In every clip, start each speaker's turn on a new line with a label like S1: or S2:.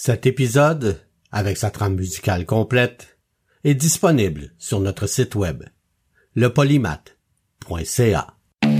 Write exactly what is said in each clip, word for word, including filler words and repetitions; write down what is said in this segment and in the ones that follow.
S1: Cet épisode, avec sa trame musicale complète, est disponible sur notre site web, le polymath point c a.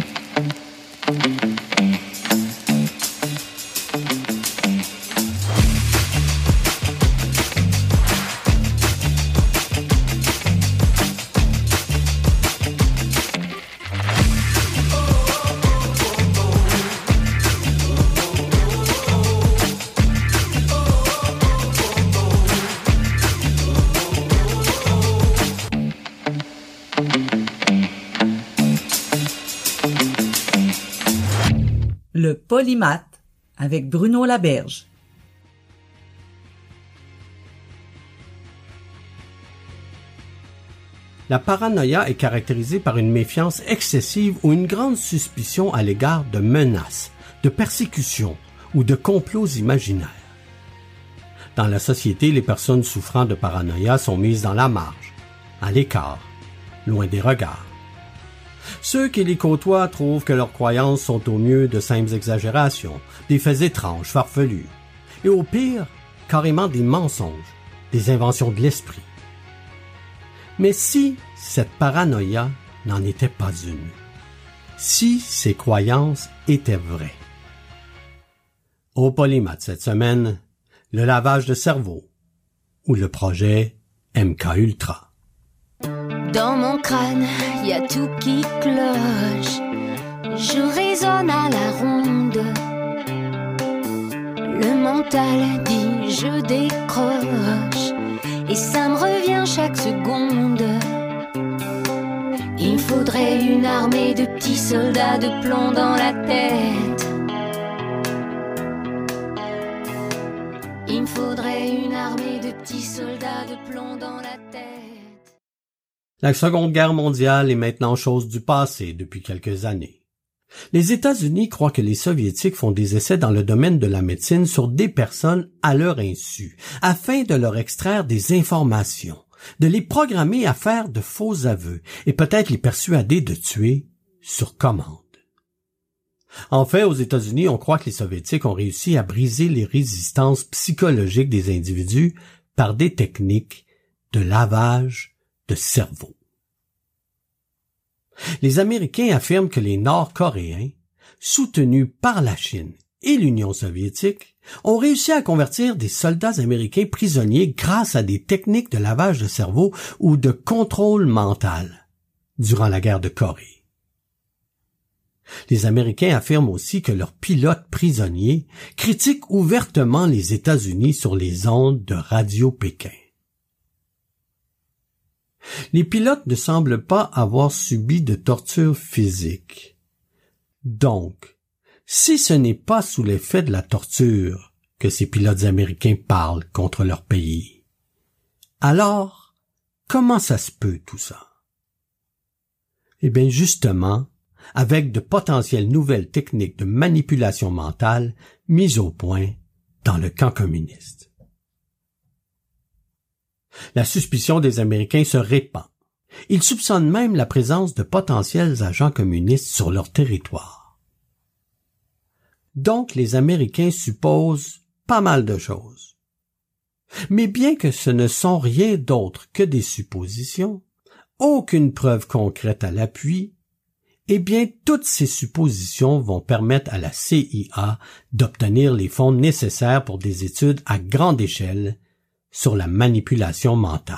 S2: Le Polymath avec Bruno Laberge.
S1: La paranoïa est caractérisée par une méfiance excessive ou une grande suspicion à l'égard de menaces, de persécutions ou de complots imaginaires. Dans la société, les personnes souffrant de paranoïa sont mises dans la marge, à l'écart, loin des regards. Ceux qui les côtoient trouvent que leurs croyances sont au mieux de simples exagérations, des faits étranges, farfelus, et au pire, carrément des mensonges, des inventions de l'esprit. Mais si cette paranoïa n'en était pas une, si ces croyances étaient vraies. Au Polymath cette semaine, le lavage de cerveau ou le projet M K Ultra.
S3: Dans mon crâne, y a tout qui cloche. Je raisonne à la ronde. Le mental dit je décroche. Et ça me revient chaque seconde. Il faudrait une armée de petits soldats de plomb dans la tête. Il me faudrait une armée de petits soldats de plomb dans la tête.
S1: La Seconde Guerre mondiale est maintenant chose du passé depuis quelques années. Les États-Unis croient que les Soviétiques font des essais dans le domaine de la médecine sur des personnes à leur insu, afin de leur extraire des informations, de les programmer à faire de faux aveux et peut-être les persuader de tuer sur commande. En fait, aux États-Unis, on croit que les Soviétiques ont réussi à briser les résistances psychologiques des individus par des techniques de lavage de cerveau. Les Américains affirment que les Nord-Coréens, soutenus par la Chine et l'Union soviétique, ont réussi à convertir des soldats américains prisonniers grâce à des techniques de lavage de cerveau ou de contrôle mental durant la guerre de Corée. Les Américains affirment aussi que leurs pilotes prisonniers critiquent ouvertement les États-Unis sur les ondes de Radio Pékin. Les pilotes ne semblent pas avoir subi de torture physique. Donc, si ce n'est pas sous l'effet de la torture que ces pilotes américains parlent contre leur pays, alors, comment ça se peut tout ça? Eh bien, justement, avec de potentielles nouvelles techniques de manipulation mentale mises au point dans le camp communiste. La suspicion des Américains se répand. Ils soupçonnent même la présence de potentiels agents communistes sur leur territoire. Donc les Américains supposent pas mal de choses. Mais bien que ce ne sont rien d'autre que des suppositions, aucune preuve concrète à l'appui, eh bien toutes ces suppositions vont permettre à la C I A d'obtenir les fonds nécessaires pour des études à grande échelle sur la manipulation mentale.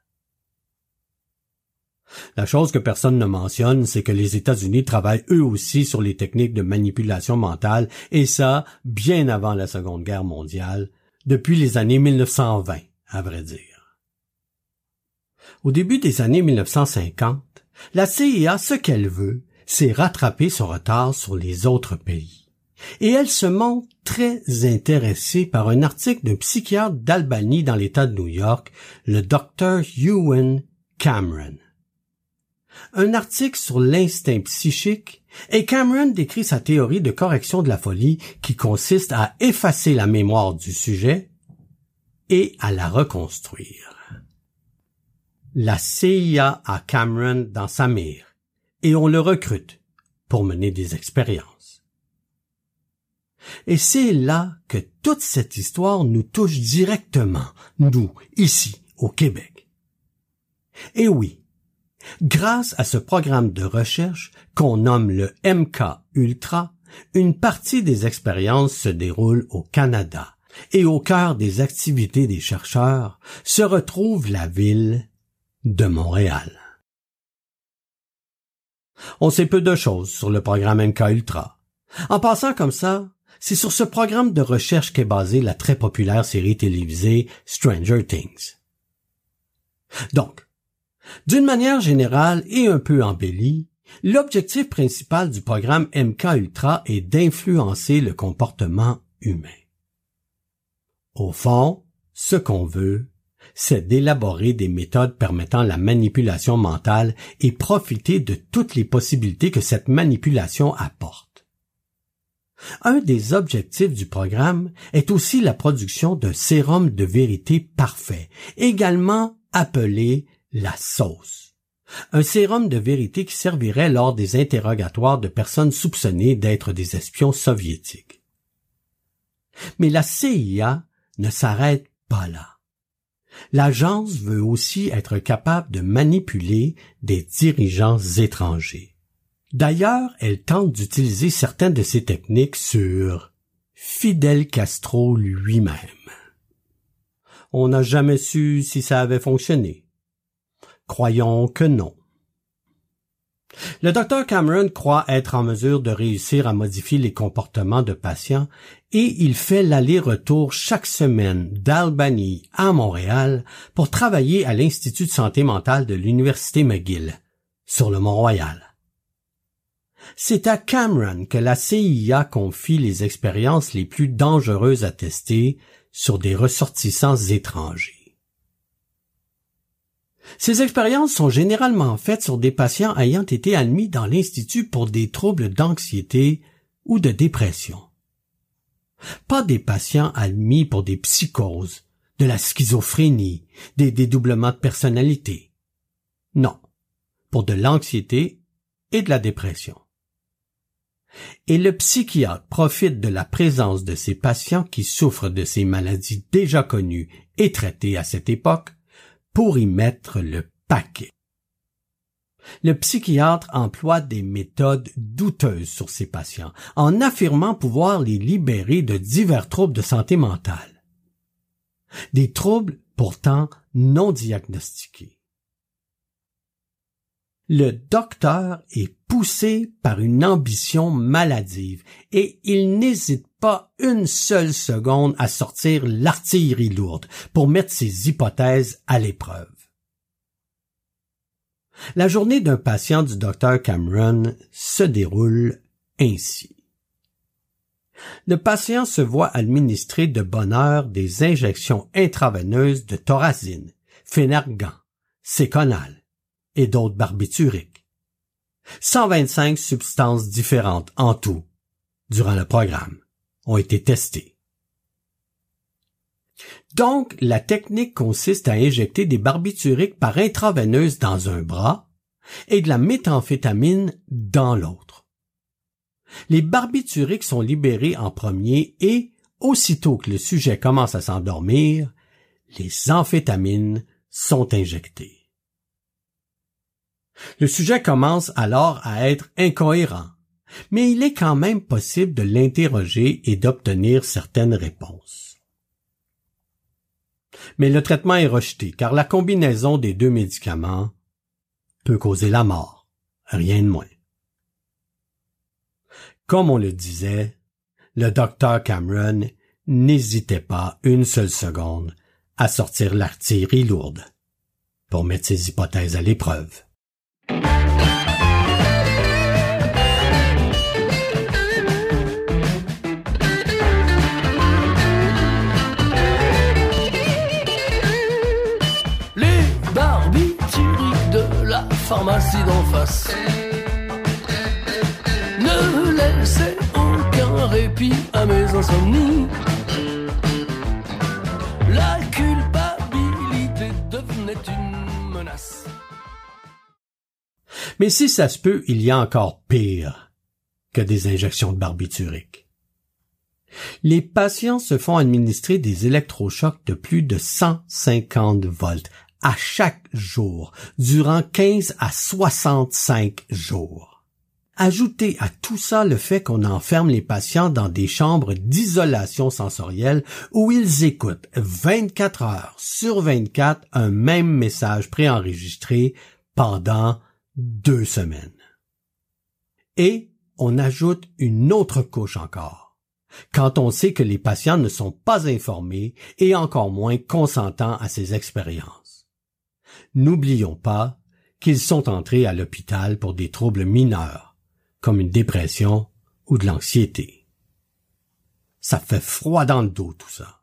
S1: La chose que personne ne mentionne, c'est que les États-Unis travaillent eux aussi sur les techniques de manipulation mentale, et ça, bien avant la Seconde Guerre mondiale, depuis les années mille neuf cent vingt, à vrai dire. Au début des années mille neuf cent cinquante, la C I A, ce qu'elle veut, c'est rattraper son retard sur les autres pays. Et elle se montre très intéressée par un article d'un psychiatre d'Albany dans l'État de New York, le docteur Ewen Cameron. Un article sur l'instinct psychique, et Cameron décrit sa théorie de correction de la folie qui consiste à effacer la mémoire du sujet et à la reconstruire. La C I A a Cameron dans sa mire et on le recrute pour mener des expériences. Et c'est là que toute cette histoire nous touche directement, nous, ici, au Québec. Et oui, grâce à ce programme de recherche qu'on nomme le M K Ultra, une partie des expériences se déroule au Canada et au cœur des activités des chercheurs se retrouve la ville de Montréal. On sait peu de choses sur le programme M K Ultra. En passant comme ça, c'est sur ce programme de recherche qu'est basée la très populaire série télévisée Stranger Things. Donc, d'une manière générale et un peu embellie, l'objectif principal du programme M K Ultra est d'influencer le comportement humain. Au fond, ce qu'on veut, c'est d'élaborer des méthodes permettant la manipulation mentale et profiter de toutes les possibilités que cette manipulation apporte. Un des objectifs du programme est aussi la production d'un sérum de vérité parfait, également appelé la sauce. Un sérum de vérité qui servirait lors des interrogatoires de personnes soupçonnées d'être des espions soviétiques. Mais la C I A ne s'arrête pas là. L'agence veut aussi être capable de manipuler des dirigeants étrangers. D'ailleurs, elle tente d'utiliser certaines de ces techniques sur Fidel Castro lui-même. On n'a jamais su si ça avait fonctionné. Croyons que non. Le docteur Cameron croit être en mesure de réussir à modifier les comportements de patients et il fait l'aller-retour chaque semaine d'Albany à Montréal pour travailler à l'Institut de santé mentale de l'Université McGill, sur le Mont-Royal. C'est à Cameron que la C I A confie les expériences les plus dangereuses à tester sur des ressortissants étrangers. Ces expériences sont généralement faites sur des patients ayant été admis dans l'Institut pour des troubles d'anxiété ou de dépression. Pas des patients admis pour des psychoses, de la schizophrénie, des dédoublements de personnalité. Non, pour de l'anxiété et de la dépression. Et le psychiatre profite de la présence de ces patients qui souffrent de ces maladies déjà connues et traitées à cette époque pour y mettre le paquet. Le psychiatre emploie des méthodes douteuses sur ces patients, en affirmant pouvoir les libérer de divers troubles de santé mentale. Des troubles pourtant non diagnostiqués. Le docteur est poussé par une ambition maladive et il n'hésite pas une seule seconde à sortir l'artillerie lourde pour mettre ses hypothèses à l'épreuve. La journée d'un patient du docteur Cameron se déroule ainsi. Le patient se voit administrer de bonne heure des injections intraveineuses de thorazine, Phénergan, Séconal et d'autres barbituriques. cent vingt-cinq substances différentes en tout, durant le programme, ont été testées. Donc, la technique consiste à injecter des barbituriques par intraveineuse dans un bras et de la méthamphétamine dans l'autre. Les barbituriques sont libérés en premier et, aussitôt que le sujet commence à s'endormir, les amphétamines sont injectées. Le sujet commence alors à être incohérent, mais il est quand même possible de l'interroger et d'obtenir certaines réponses. Mais le traitement est rejeté car la combinaison des deux médicaments peut causer la mort, rien de moins. Comme on le disait, le docteur Cameron n'hésitait pas une seule seconde à sortir l'artillerie lourde pour mettre ses hypothèses à l'épreuve.
S4: Les barbituriques de la pharmacie d'en face ne laissaient aucun répit à mes insomnies. La culpabilité devenait une menace.
S1: Mais si ça se peut, il y a encore pire que des injections de barbiturique. Les patients se font administrer des électrochocs de plus de cent cinquante volts à chaque jour, durant quinze à soixante-cinq jours. Ajoutez à tout ça le fait qu'on enferme les patients dans des chambres d'isolation sensorielle où ils écoutent vingt-quatre heures sur vingt-quatre un même message préenregistré pendant deux semaines. Et on ajoute une autre couche encore. Quand on sait que les patients ne sont pas informés et encore moins consentants à ces expériences. N'oublions pas qu'ils sont entrés à l'hôpital pour des troubles mineurs, comme une dépression ou de l'anxiété. Ça fait froid dans le dos, tout ça.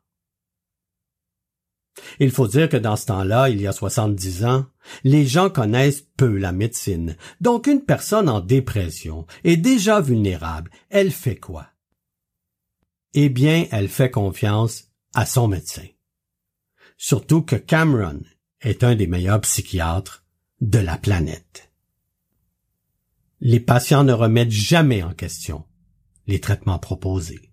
S1: Il faut dire que dans ce temps-là, il y a soixante-dix ans, les gens connaissent peu la médecine. Donc une personne en dépression est déjà vulnérable. Elle fait quoi? Eh bien, elle fait confiance à son médecin. Surtout que Cameron est un des meilleurs psychiatres de la planète. Les patients ne remettent jamais en question les traitements proposés.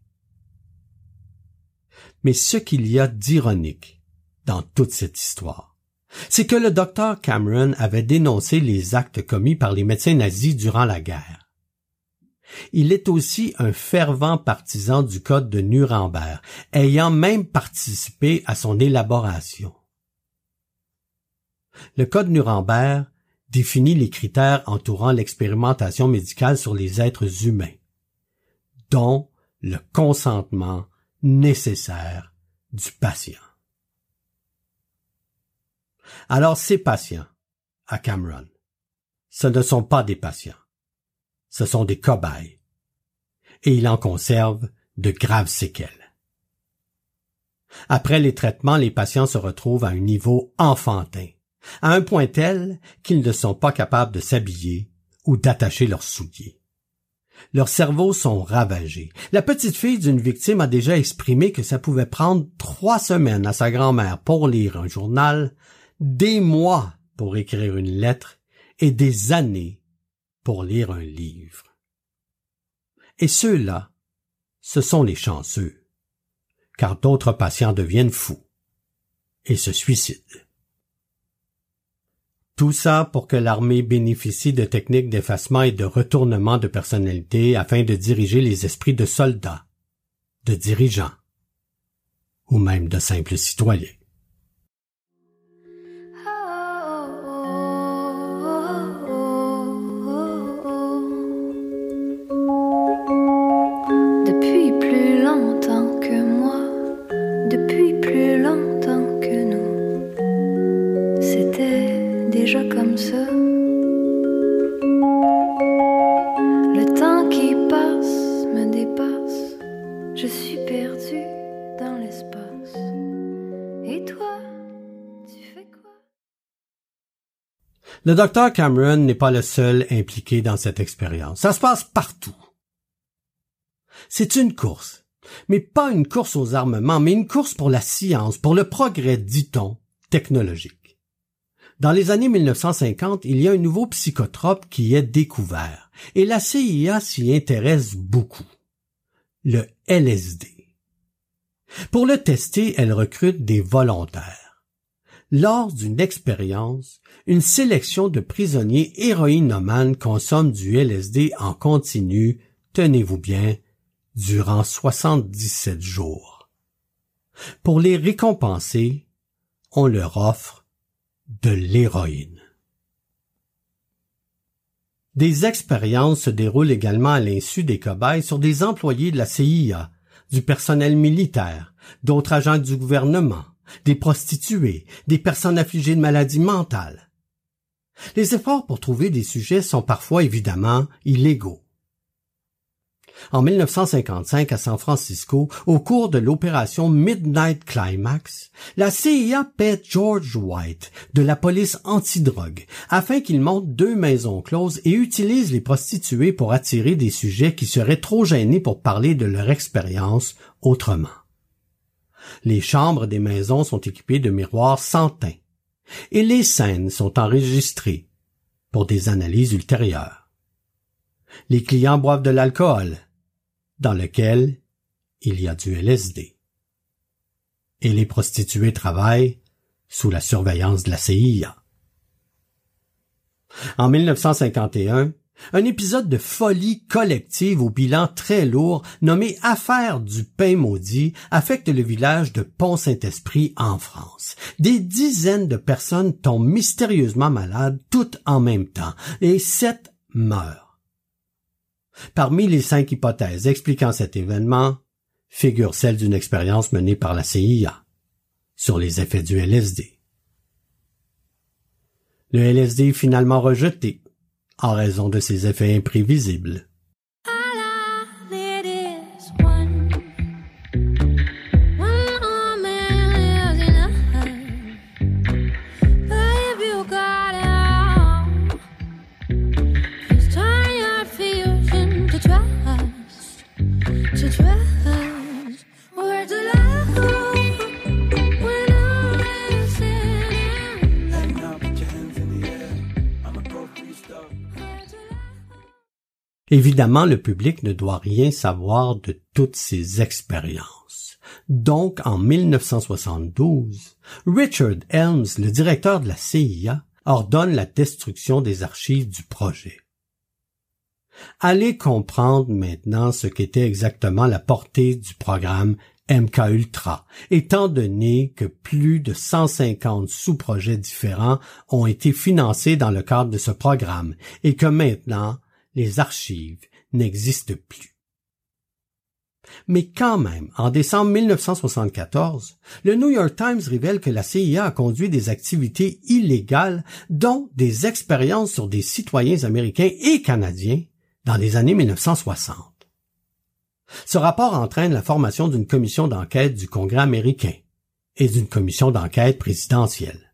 S1: Mais ce qu'il y a d'ironique dans toute cette histoire, c'est que le docteur Cameron avait dénoncé les actes commis par les médecins nazis durant la guerre. Il est aussi un fervent partisan du Code de Nuremberg, ayant même participé à son élaboration. Le Code Nuremberg définit les critères entourant l'expérimentation médicale sur les êtres humains, dont le consentement nécessaire du patient. Alors ces patients, à Cameron, ce ne sont pas des patients. Ce sont des cobayes, et il en conserve de graves séquelles. Après les traitements, les patients se retrouvent à un niveau enfantin, à un point tel qu'ils ne sont pas capables de s'habiller ou d'attacher leurs souliers. Leurs cerveaux sont ravagés. La petite fille d'une victime a déjà exprimé que ça pouvait prendre trois semaines à sa grand-mère pour lire un journal, des mois pour écrire une lettre et des années pour lire un livre. Et ceux-là, ce sont les chanceux, car d'autres patients deviennent fous et se suicident. Tout ça pour que l'armée bénéficie de techniques d'effacement et de retournement de personnalité afin de diriger les esprits de soldats, de dirigeants, ou même de simples citoyens. Le docteur Cameron n'est pas le seul impliqué dans cette expérience. Ça se passe partout. C'est une course, mais pas une course aux armements, mais une course pour la science, pour le progrès, dit-on, technologique. Dans les années mille neuf cent cinquante, il y a un nouveau psychotrope qui est découvert, et la C I A s'y intéresse beaucoup. Le L S D. Pour le tester, elle recrute des volontaires. Lors d'une expérience, une sélection de prisonniers héroïnomanes consomme du L S D en continu, tenez-vous bien, durant soixante-dix-sept jours. Pour les récompenser, on leur offre de l'héroïne. Des expériences se déroulent également à l'insu des cobayes sur des employés de la C I A, du personnel militaire, d'autres agents du gouvernement, des prostituées, des personnes affligées de maladies mentales. Les efforts pour trouver des sujets sont parfois évidemment illégaux. En mille neuf cent cinquante-cinq, à San Francisco, au cours de l'opération Midnight Climax, la C I A paie George White de la police antidrogue afin qu'il monte deux maisons closes et utilise les prostituées pour attirer des sujets qui seraient trop gênés pour parler de leur expérience autrement. Les chambres des maisons sont équipées de miroirs sans teint et les scènes sont enregistrées pour des analyses ultérieures. Les clients boivent de l'alcool, dans lequel il y a du L S D. Et les prostituées travaillent sous la surveillance de la C I A. En mille neuf cent cinquante et un, un épisode de folie collective au bilan très lourd nommé Affaire du pain maudit affecte le village de Pont-Saint-Esprit en France. Des dizaines de personnes tombent mystérieusement malades toutes en même temps et sept meurent. Parmi les cinq hypothèses expliquant cet événement figure celle d'une expérience menée par la C I A sur les effets du L S D. Le L S D est finalement rejeté en raison de ses effets imprévisibles. Évidemment, le public ne doit rien savoir de toutes ces expériences. Donc, en mille neuf cent soixante-douze, Richard Helms, le directeur de la C I A, ordonne la destruction des archives du projet. Allez comprendre maintenant ce qu'était exactement la portée du programme M K Ultra, étant donné que plus de cent cinquante sous-projets différents ont été financés dans le cadre de ce programme et que maintenant, les archives n'existent plus. Mais quand même, en décembre mille neuf cent soixante-quatorze, le New York Times révèle que la C I A a conduit des activités illégales, dont des expériences sur des citoyens américains et canadiens dans les années mille neuf cent soixante. Ce rapport entraîne la formation d'une commission d'enquête du Congrès américain et d'une commission d'enquête présidentielle.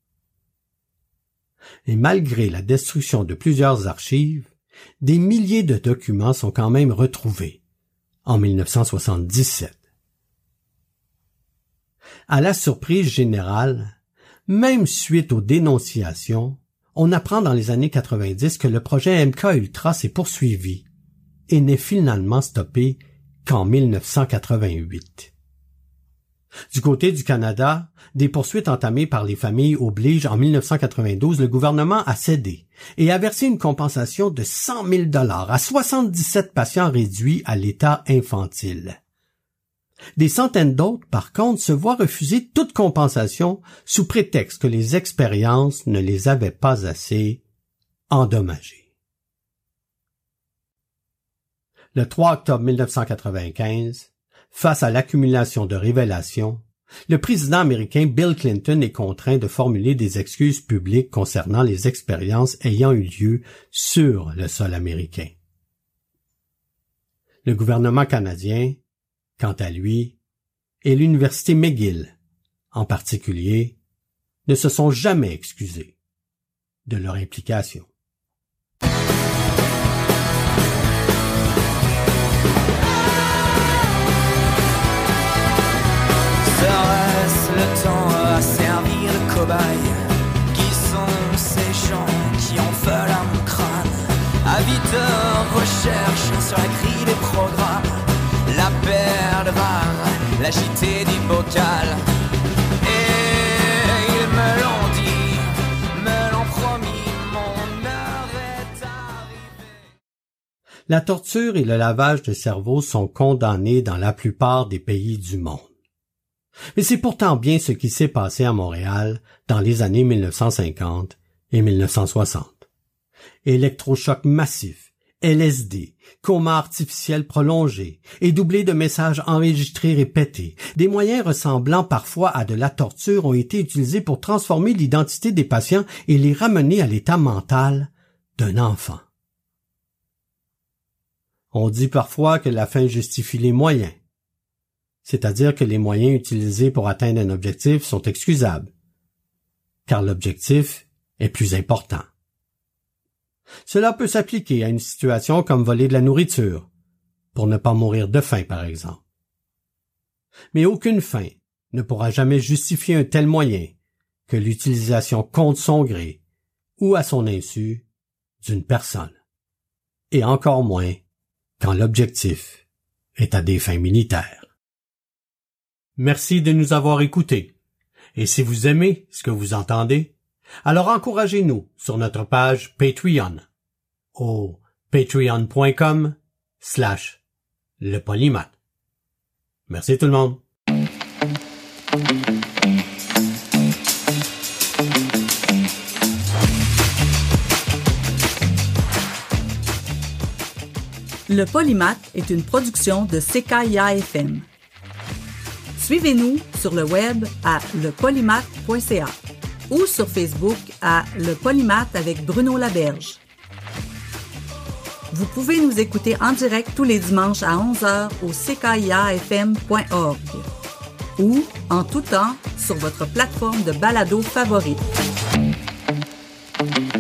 S1: Et malgré la destruction de plusieurs archives, des milliers de documents sont quand même retrouvés en mille neuf cent soixante-dix-sept. À la surprise générale, même suite aux dénonciations, on apprend dans les années quatre-vingt-dix que le projet M K Ultra s'est poursuivi et n'est finalement stoppé qu'en mille neuf cent quatre-vingt-huit. Du côté du Canada, des poursuites entamées par les familles obligent en mille neuf cent quatre-vingt-douze le gouvernement à céder et à verser une compensation de cent mille dollars à soixante-dix-sept patients réduits à l'état infantile. Des centaines d'autres, par contre, se voient refuser toute compensation sous prétexte que les expériences ne les avaient pas assez endommagées. Le trois octobre mille neuf cent quatre-vingt-quinze, face à l'accumulation de révélations, le président américain Bill Clinton est contraint de formuler des excuses publiques concernant les expériences ayant eu lieu sur le sol américain. Le gouvernement canadien, quant à lui, et l'université McGill, en particulier, ne se sont jamais excusés de leur implication.
S5: Serait-ce le temps à servir de cobaye? Qui sont ces gens qui enflent mon crâne? Avis de recherche sur la grille des programmes, la paire de barres, la J T du bocal. Et ils me l'ont dit, me l'ont promis, mon heure est arrivée.
S1: La torture et le lavage de cerveau sont condamnés dans la plupart des pays du monde. Mais c'est pourtant bien ce qui s'est passé à Montréal dans les années mille neuf cent cinquante et mille neuf cent soixante. Électrochocs massifs, L S D, coma artificiel prolongé et doublé de messages enregistrés répétés, des moyens ressemblant parfois à de la torture ont été utilisés pour transformer l'identité des patients et les ramener à l'état mental d'un enfant. On dit parfois que la fin justifie les moyens, c'est-à-dire que les moyens utilisés pour atteindre un objectif sont excusables, car l'objectif est plus important. Cela peut s'appliquer à une situation comme voler de la nourriture, pour ne pas mourir de faim par exemple. Mais aucune fin ne pourra jamais justifier un tel moyen que l'utilisation contre son gré ou à son insu d'une personne, et encore moins quand l'objectif est à des fins militaires. Merci de nous avoir écoutés. Et si vous aimez ce que vous entendez, alors encouragez-nous sur notre page Patreon au patreon.com slash le polymath. Merci tout le monde.
S2: Le Polymath est une production de C K I A F M. Suivez-nous sur le web à le polymath point c a ou sur Facebook à Le Polymath avec Bruno Laberge. Vous pouvez nous écouter en direct tous les dimanches à onze heures au c k i a f m point org ou en tout temps sur votre plateforme de balado favorite.